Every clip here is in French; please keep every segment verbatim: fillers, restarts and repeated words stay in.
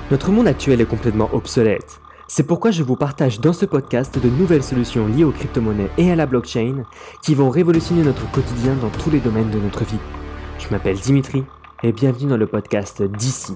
Notre monde actuel est complètement obsolète. C'est pourquoi je vous partage dans ce podcast de nouvelles solutions liées aux crypto-monnaies et à la blockchain qui vont révolutionner notre quotidien dans tous les domaines de notre vie. Je m'appelle Dimitri et bienvenue dans le podcast d'ici.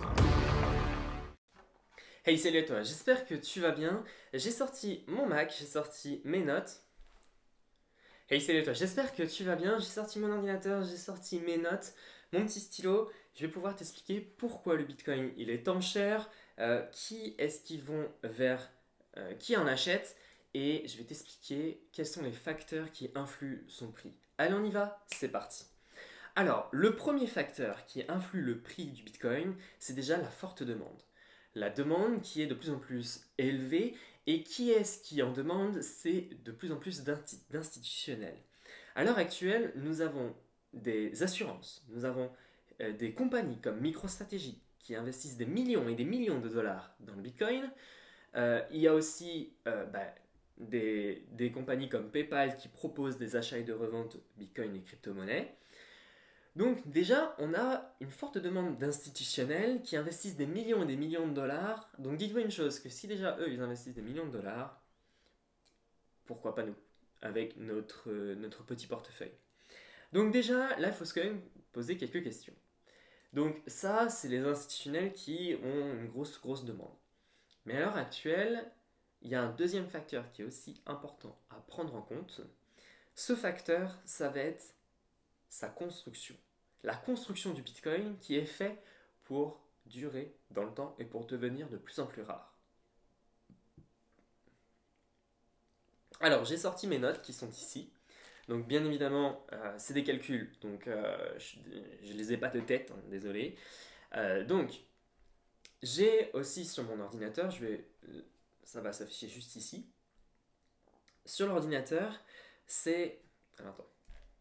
Hey, salut à toi, j'espère que tu vas bien. J'ai sorti mon Mac, j'ai sorti mes notes. Hey, salut à toi, j'espère que tu vas bien. J'ai sorti mon ordinateur, j'ai sorti mes notes, mon petit stylo. Je vais pouvoir t'expliquer pourquoi le Bitcoin il est tant cher, euh, qui est-ce qui vont vers, euh, qui en achète, et je vais t'expliquer quels sont les facteurs qui influent son prix. Allez, on y va, c'est parti. Alors, le premier facteur qui influe le prix du Bitcoin, c'est déjà la forte demande. La demande qui est de plus en plus élevée, et qui est-ce qui en demande? C'est de plus en plus d'institutionnels. À l'heure actuelle, nous avons des assurances, nous avons euh, des compagnies comme MicroStrategy qui investissent des millions et des millions de dollars dans le Bitcoin. Euh, il y a aussi euh, bah, des, des compagnies comme PayPal qui proposent des achats et de reventes Bitcoin et crypto-monnaies. Donc déjà, on a une forte demande d'institutionnels qui investissent des millions et des millions de dollars. Donc dites-vous une chose, que si déjà eux, ils investissent des millions de dollars, pourquoi pas nous, avec notre, euh, notre petit portefeuille. Donc déjà, là, il faut quand même poser quelques questions. Donc ça, c'est les institutionnels qui ont une grosse, grosse demande. Mais à l'heure actuelle, il y a un deuxième facteur qui est aussi important à prendre en compte. Ce facteur, ça va être sa construction. La construction du Bitcoin qui est fait pour durer dans le temps et pour devenir de plus en plus rare. Alors, j'ai sorti mes notes qui sont ici. Donc, bien évidemment, euh, c'est des calculs, donc euh, je ne les ai pas de tête, hein, désolé. Euh, donc, j'ai aussi sur mon ordinateur, je vais, ça va s'afficher juste ici. Sur l'ordinateur, c'est... Alors, attends.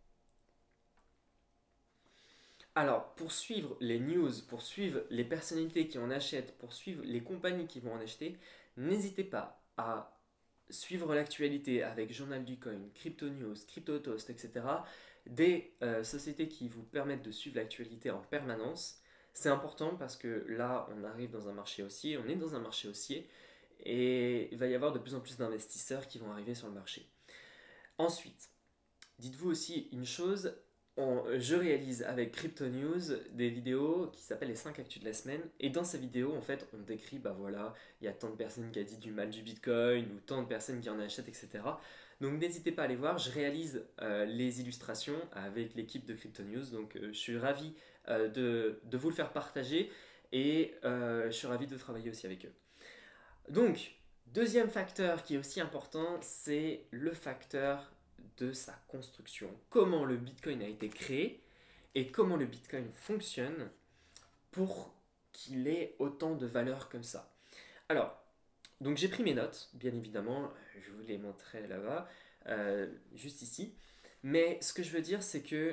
Alors, pour suivre les news, pour suivre les personnalités qui en achètent, pour suivre les compagnies qui vont en acheter, n'hésitez pas à suivre l'actualité avec Journal du Coin, Crypto News, Crypto Toast, et cetera. Des euh, sociétés qui vous permettent de suivre l'actualité en permanence. C'est important parce que là, on arrive dans un marché haussier, on est dans un marché haussier, et il va y avoir de plus en plus d'investisseurs qui vont arriver sur le marché. Ensuite, dites-vous aussi une chose, on- je réalise avec Crypto News des vidéos qui s'appellent les cinq actus de la semaine. Et dans ces vidéos, en fait, on décrit, bah voilà, il y a tant de personnes qui ont dit du mal du Bitcoin ou tant de personnes qui en achètent, et cetera. Donc n'hésitez pas à aller voir. Je réalise euh, les illustrations avec l'équipe de Crypto News. Donc euh, je suis ravi euh, de, de vous le faire partager et euh, je suis ravi de travailler aussi avec eux. Donc, deuxième facteur qui est aussi important, c'est le facteur de sa construction. Comment le Bitcoin a été créé et comment le Bitcoin fonctionne pour qu'il ait autant de valeur comme ça. Alors, donc j'ai pris mes notes, bien évidemment, je vous les montrerai là-bas, euh, juste ici. Mais ce que je veux dire, c'est que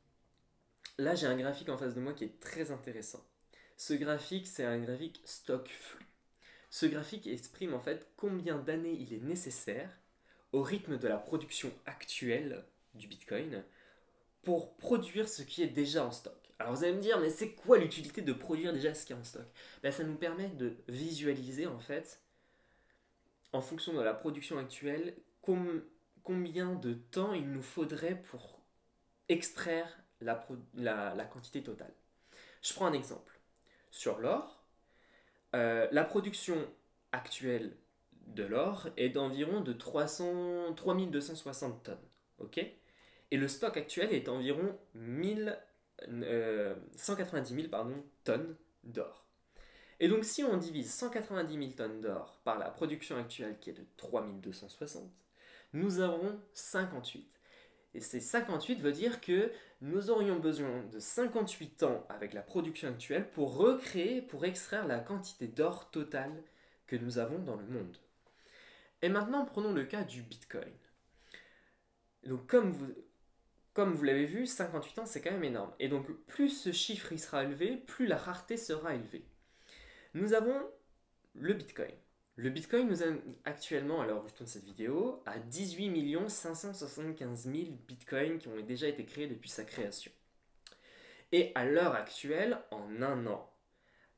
là, j'ai un graphique en face de moi qui est très intéressant. Ce graphique, c'est un graphique stock flux. Ce graphique exprime en fait combien d'années il est nécessaire au rythme de la production actuelle du Bitcoin pour produire ce qui est déjà en stock. Alors vous allez me dire, mais c'est quoi l'utilité de produire déjà ce qui est en stock? Ben, ça nous permet de visualiser en fait, en fonction de la production actuelle, com- combien de temps il nous faudrait pour extraire la, pro- la, la quantité totale. Je prends un exemple. Sur l'or, euh, la production actuelle de l'or est d'environ de trois cents, trois mille deux cent soixante tonnes. Ok. Et le stock actuel est d'environ mille, euh, cent quatre-vingt-dix mille pardon, tonnes d'or. Et donc si on divise cent quatre-vingt-dix mille tonnes d'or par la production actuelle qui est de trois mille deux cent soixante, nous avons cinquante-huit. Et ces cinquante-huit veut dire que nous aurions besoin de cinquante-huit ans avec la production actuelle pour recréer, pour extraire la quantité d'or totale que nous avons dans le monde. Et maintenant, prenons le cas du Bitcoin. Donc, comme vous, comme vous l'avez vu, cinquante-huit ans, c'est quand même énorme. Et donc, plus ce chiffre il sera élevé, plus la rareté sera élevée. Nous avons le Bitcoin. Le Bitcoin nous a actuellement, alors je tourne cette vidéo, à dix-huit millions cinq cent soixante-quinze mille Bitcoins qui ont déjà été créés depuis sa création. Et à l'heure actuelle, en un an,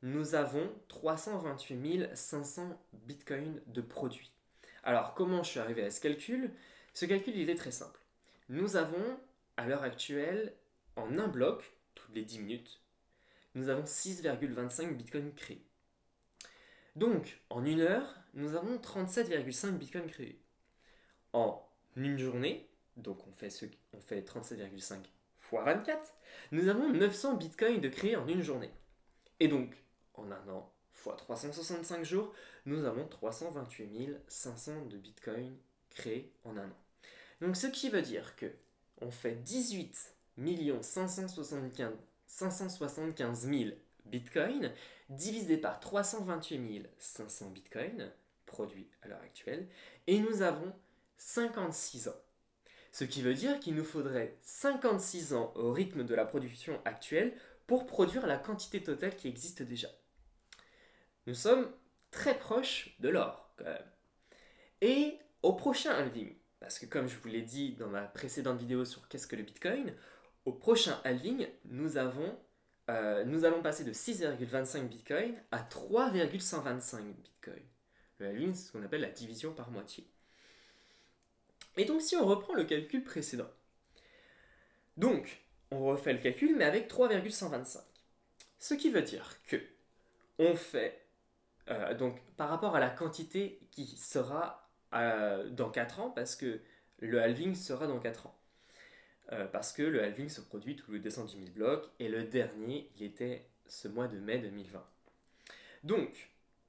nous avons trois cent vingt-huit mille cinq cents bitcoins de produits. Alors, comment je suis arrivé à ce calcul? Ce calcul, il est très simple. Nous avons, à l'heure actuelle, en un bloc, toutes les dix minutes, nous avons six virgule vingt-cinq bitcoins créés. Donc, en une heure, nous avons trente-sept virgule cinq bitcoins créés. En une journée, donc on fait, ce, on fait trente-sept virgule cinq fois vingt-quatre, nous avons neuf cents bitcoins de créés en une journée. Et donc, en un an, fois trois cent soixante-cinq jours, nous avons trois cent vingt-huit mille cinq cents de bitcoins créés en un an. Donc, ce qui veut dire que on fait dix-huit millions cinq cent soixante-quinze mille bitcoins divisé par trois cent vingt-huit mille cinq cents bitcoins produits à l'heure actuelle, et nous avons cinquante-six ans. Ce qui veut dire qu'il nous faudrait cinquante-six ans au rythme de la production actuelle pour produire la quantité totale qui existe déjà. Nous sommes très proches de l'or, quand même. Et au prochain halving, parce que comme je vous l'ai dit dans ma précédente vidéo sur qu'est-ce que le Bitcoin, au prochain halving, nous, avons, euh, nous allons passer de six virgule vingt-cinq Bitcoin à trois virgule cent vingt-cinq Bitcoin. Le halving, c'est ce qu'on appelle la division par moitié. Et donc, si on reprend le calcul précédent, donc, on refait le calcul, mais avec trois virgule cent vingt-cinq. Ce qui veut dire que on fait, euh, donc, par rapport à la quantité qui sera euh, dans quatre ans, parce que le halving sera dans quatre ans. Euh, parce que le halving se produit tous les deux cent dix mille blocs, et le dernier, il était ce mois de mai deux mille vingt. Donc,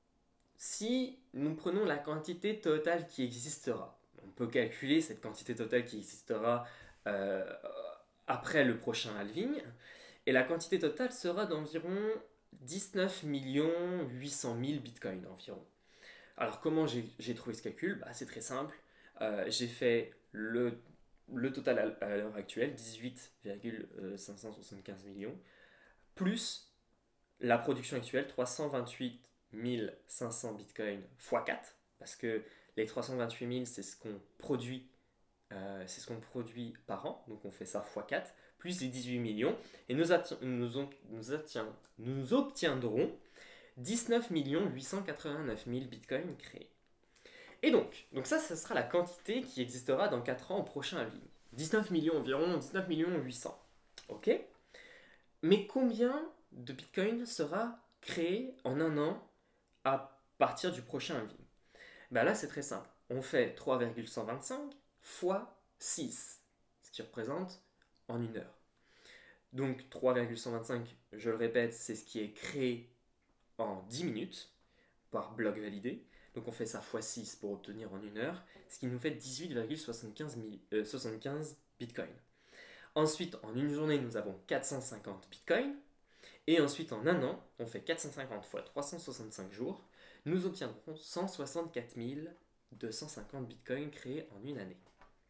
si nous prenons la quantité totale qui existera, on peut calculer cette quantité totale qui existera euh, après le prochain halving, et la quantité totale sera d'environ dix-neuf millions huit cent mille bitcoins environ. Alors comment j'ai trouvé ce calcul? Bah, c'est très simple, euh, j'ai fait le, le total à, à l'heure actuelle, dix-huit virgule cinq cent soixante-quinze millions, plus la production actuelle, trois cent vingt-huit mille cinq cents bitcoins fois quatre, parce que les trois cent vingt-huit mille, c'est ce qu'on produit, euh, c'est ce qu'on produit par an, donc on fait ça fois quatre, plus les dix-huit millions, et nous, nous, nous, nous obtiendrons dix-neuf millions huit cent quatre-vingt-neuf mille bitcoins créés. Et donc, donc ça, ce sera la quantité qui existera dans quatre ans au prochain halving. dix-neuf millions environ, dix-neuf millions huit cents. Ok? Mais combien de bitcoin sera créé en un an à partir du prochain halving? Ben là, c'est très simple. On fait trois virgule cent vingt-cinq fois six, ce qui représente en une heure. Donc trois virgule cent vingt-cinq, je le répète, c'est ce qui est créé en dix minutes par bloc validé. Donc on fait ça fois six pour obtenir en une heure, ce qui nous fait dix-huit virgule soixante-quinze bitcoins. Ensuite, en une journée, nous avons quatre cent cinquante bitcoins. Et ensuite, en un an, on fait quatre cent cinquante fois trois cent soixante-cinq jours. Nous obtiendrons cent soixante-quatre mille deux cent cinquante bitcoins créés en une année.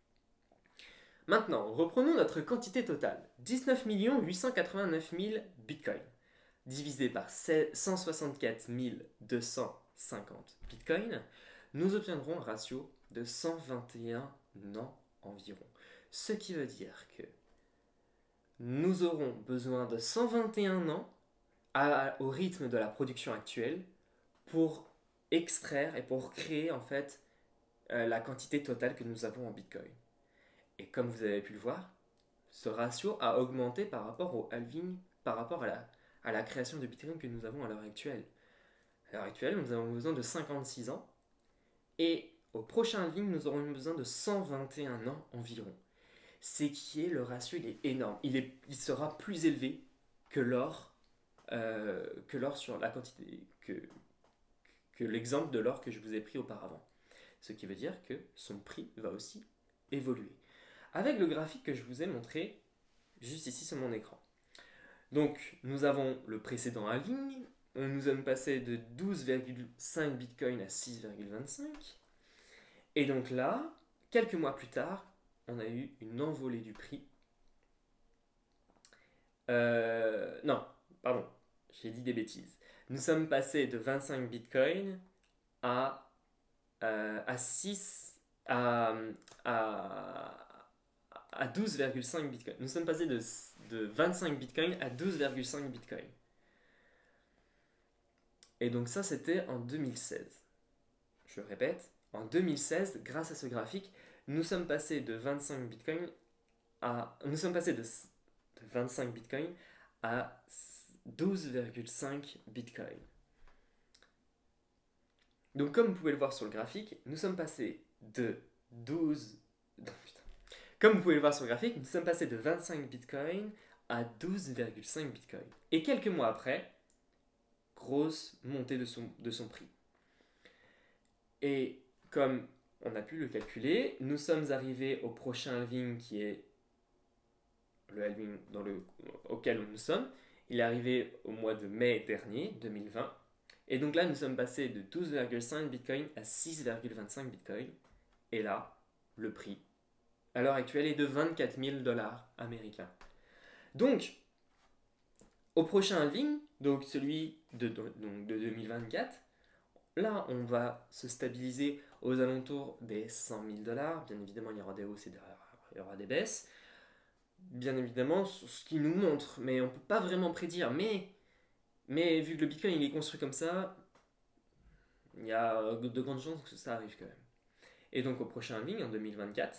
Maintenant, reprenons notre quantité totale. dix-neuf millions huit cent quatre-vingt-neuf mille bitcoins. Divisé par cent soixante-quatre mille deux cent cinquante bitcoins, nous obtiendrons un ratio de cent vingt et un ans environ. Ce qui veut dire que nous aurons besoin de cent vingt et un ans à, au rythme de la production actuelle pour extraire et pour créer en fait euh, la quantité totale que nous avons en bitcoin. Et comme vous avez pu le voir, ce ratio a augmenté par rapport au halving, par rapport à la, à la création de bitcoin que nous avons à l'heure actuelle. À l'heure actuelle, nous avons besoin de cinquante-six ans, et au prochain halving, nous aurons besoin de cent vingt et un ans environ. C'est qui est le ratio, il est énorme. Il, est, il sera plus élevé que l'or, euh, que l'or sur la quantité, que, que l'exemple de l'or que je vous ai pris auparavant. Ce qui veut dire que son prix va aussi évoluer. Avec le graphique que je vous ai montré juste ici sur mon écran. Donc, nous avons le précédent halving. Nous sommes passés de douze virgule cinq bitcoins à six virgule vingt-cinq. Et donc là, quelques mois plus tard, on a eu une envolée du prix. Euh, non, pardon, j'ai dit des bêtises. Nous sommes passés de vingt-cinq bitcoins à, euh, à six, à, à, à douze virgule cinq bitcoins. Nous sommes passés de, de vingt-cinq bitcoins à douze virgule cinq bitcoins. Et donc ça, c'était en deux mille seize. Je répète, en deux mille seize, grâce à ce graphique, nous sommes passés de vingt-cinq bitcoins à... Nous sommes passés de, de vingt-cinq bitcoins à douze virgule cinq bitcoins. Donc comme vous pouvez le voir sur le graphique, nous sommes passés de douze... Non, putain. Comme vous pouvez le voir sur le graphique, nous sommes passés de vingt-cinq bitcoins à douze virgule cinq bitcoins. Et quelques mois après, grosse montée de son, de son prix. Et comme on a pu le calculer, nous sommes arrivés au prochain halving qui est le halving dans le, auquel nous sommes. Il est arrivé au mois de mai dernier, deux mille vingt. Et donc là, nous sommes passés de douze virgule cinq bitcoins à six virgule vingt-cinq bitcoins. Et là, le prix, à l'heure actuelle, est de vingt-quatre mille dollars américains. Donc, au prochain halving, donc celui de, donc de deux mille vingt-quatre, là, on va se stabiliser aux alentours des cent mille dollars. Bien évidemment, il y aura des hausses et il y aura des baisses. Bien évidemment, ce qui nous montre, mais on ne peut pas vraiment prédire. Mais, mais vu que le Bitcoin il est construit comme ça, il y a de grandes chances que ça arrive quand même. Et donc au prochain halving, en deux mille vingt-quatre,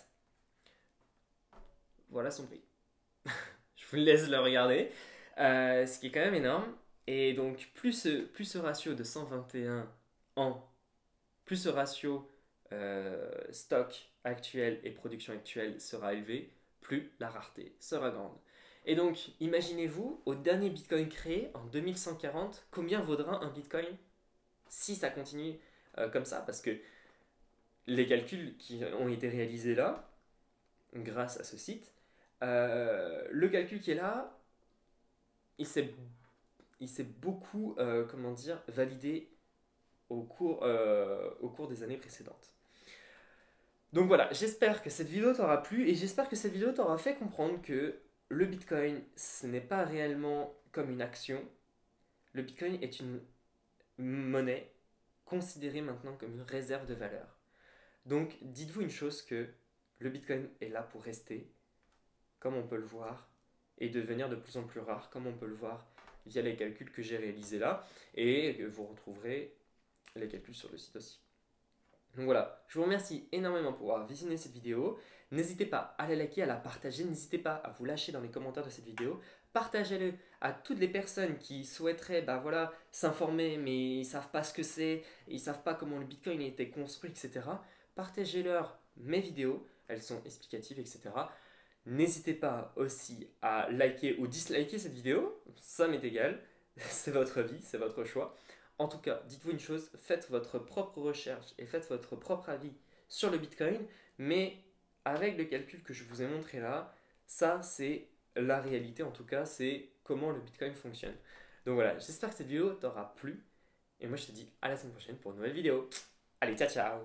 voilà son prix. Je vous laisse le regarder, euh, ce qui est quand même énorme. Et donc plus ce, plus ce ratio de cent vingt et un ans, plus ce ratio euh, stock actuel et production actuelle sera élevé, plus la rareté sera grande. Et donc, imaginez-vous, au dernier Bitcoin créé, en deux mille cent quarante, combien vaudra un Bitcoin si ça continue euh, comme ça? Parce que les calculs qui ont été réalisés là, grâce à ce site, euh, le calcul qui est là, il s'est, il s'est beaucoup, euh, comment dire, validé au cours, euh, au cours des années précédentes. Donc voilà, j'espère que cette vidéo t'aura plu et j'espère que cette vidéo t'aura fait comprendre que le Bitcoin, ce n'est pas réellement comme une action. Le Bitcoin est une monnaie considérée maintenant comme une réserve de valeur. Donc dites-vous une chose, que le Bitcoin est là pour rester, comme on peut le voir, et devenir de plus en plus rare, comme on peut le voir via les calculs que j'ai réalisés là, et vous retrouverez les calculs sur le site aussi. Donc voilà, je vous remercie énormément pour avoir visionné cette vidéo. N'hésitez pas à la liker, à la partager, n'hésitez pas à vous lâcher dans les commentaires de cette vidéo. Partagez-le à toutes les personnes qui souhaiteraient bah voilà, s'informer mais ils ne savent pas ce que c'est, ils ne savent pas comment le Bitcoin a été construit, et cetera. Partagez-leur mes vidéos, elles sont explicatives, et cetera. N'hésitez pas aussi à liker ou disliker cette vidéo, ça m'est égal, c'est votre vie, c'est votre choix. En tout cas, dites-vous une chose, faites votre propre recherche et faites votre propre avis sur le Bitcoin, mais avec le calcul que je vous ai montré là, ça c'est la réalité, en tout cas, c'est comment le Bitcoin fonctionne. Donc voilà, j'espère que cette vidéo t'aura plu, et moi je te dis à la semaine prochaine pour une nouvelle vidéo. Allez, ciao ciao!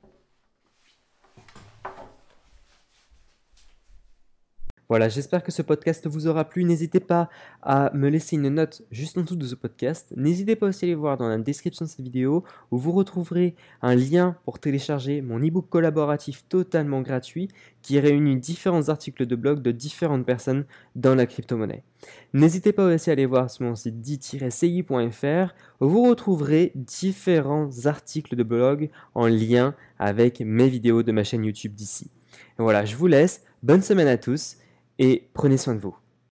Voilà, j'espère que ce podcast vous aura plu. N'hésitez pas à me laisser une note juste en dessous de ce podcast. N'hésitez pas aussi à aller voir dans la description de cette vidéo où vous retrouverez un lien pour télécharger mon e-book collaboratif totalement gratuit qui réunit différents articles de blog de différentes personnes dans la crypto-monnaie. N'hésitez pas aussi à aller voir sur mon site d i c i point f r où vous retrouverez différents articles de blog en lien avec mes vidéos de ma chaîne YouTube d'ici. Voilà, je vous laisse. Bonne semaine à tous. Et prenez soin de vous.